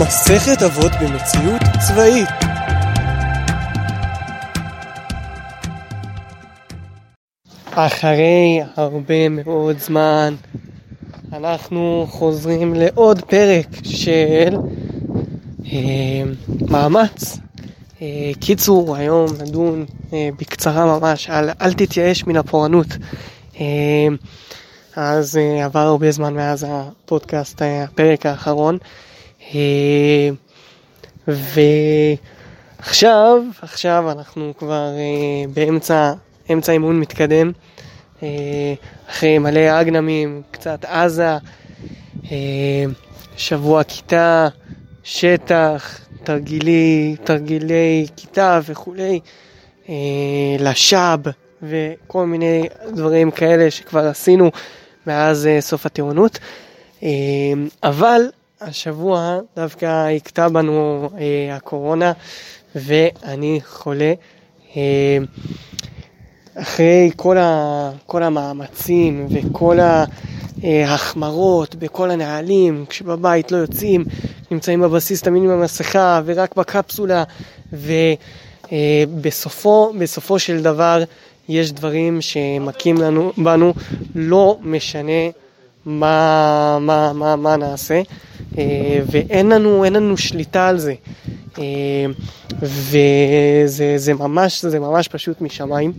מסכת אבות במציאות צבאית. אחרי הרבה מאוד זמן אנחנו חוזרים לעוד פרק של מאמץ. קיצור, היום נדון בקצרה ממש על אל תתייאש מן הפורענות. אז עבר הרבה זמן מאז הפודקאסט, הפרק האחרון, ועכשיו אנחנו כבר באמצע אימון מתקדם, אחרי מלא אגנמים, קצת עזה, שבוע כיתה, שטח, תרגילי כיתה וכולי, לשב וכל מיני דברים כאלה שכבר עשינו מאז סוף הטירונות. אבל השבוע דווקא הכתה בנו הקורונה ואני חולה. אחרי כל המאמצים וכל ההחמרות בכל הנהלים, כשבבית לא יוצאים, נמצאים בבסיס תמיד עם המסכה ורק בקפסולה, ובסופו של דבר יש דברים שמכים בנו, לא משנה מה נעשה, ואין לנו שליטה על זה, וזה ממש פשוט משמיים.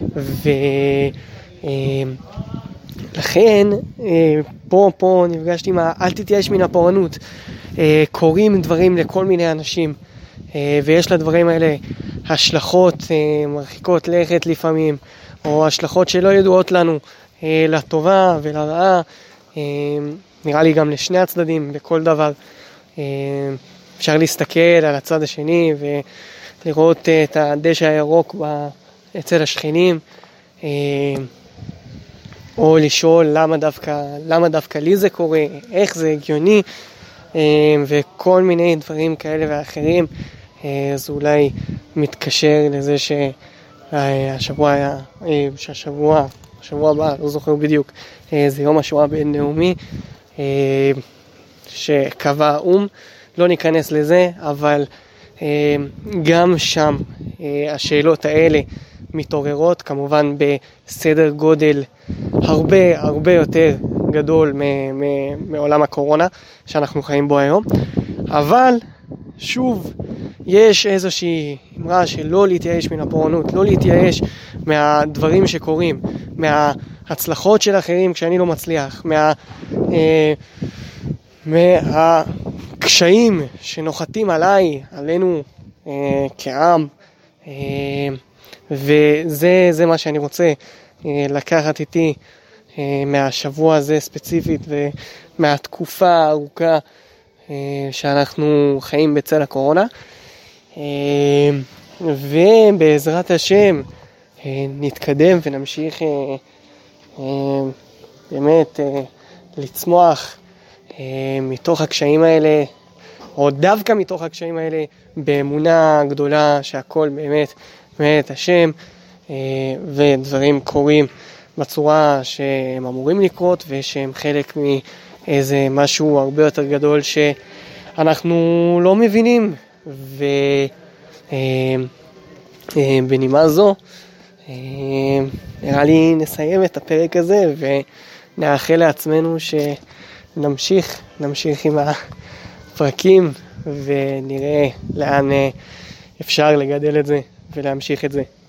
ולכן פה נפגשתי עם אל תתייאש מן הפורענות. קוראים דברים לכל מיני אנשים, ויש לדברים האלה השלכות מרחיקות לכת לפעמים, או השלכות שלא ידועות לנו, לטובה ולרעה, נראה לי גם לשני הצדדים, בכל דבר. אפשר להסתכל על הצד השני ולראות את הדשא הירוק אצל השכנים, או לשאול למה דווקא לי זה קורה, איך זה הגיוני, וכל מיני דברים כאלה ואחרים. זה אולי מתקשר לזה שהשבוע הבא, לא זוכר בדיוק, זה יום השואה בינלאומי שקבע האו"ם. לא ניכנס לזה, אבל גם שם השאלות האלה מתעוררות, כמובן בסדר גודל הרבה יותר גדול מעולם הקורונה שאנחנו חיים בו היום. אבל שוב, יש איזושהי אמרה שלא להתייאש מן הפורענות, לא להתייאש מהדברים שקורים, מההצלחות של אחרים כשאני לא מצליח, מהקשיים שנוחתים עלינו כעם, וזה מה שאני רוצה לקחת איתי מהשבוע הזה ספציפית, ומהתקופה הארוכה שאנחנו חיים בצל הקורונה. ובעזרת השם נתקדם ונמשיך באמת לצמוח מתוך הקשיים האלה, או דווקא מתוך הקשיים האלה, באמונה גדולה שהכל באמת השם, ודברים קורים בצורה שהם אמורים לקרות, ושהם חלק מאיזה משהו הרבה יותר גדול שאנחנו לא מבינים. ובנימה זו נראה לי נסיים את הפרק הזה ונאחל לעצמנו שנמשיך עם הפרקים, ונראה לאן אפשר לגדל את זה ולהמשיך את זה.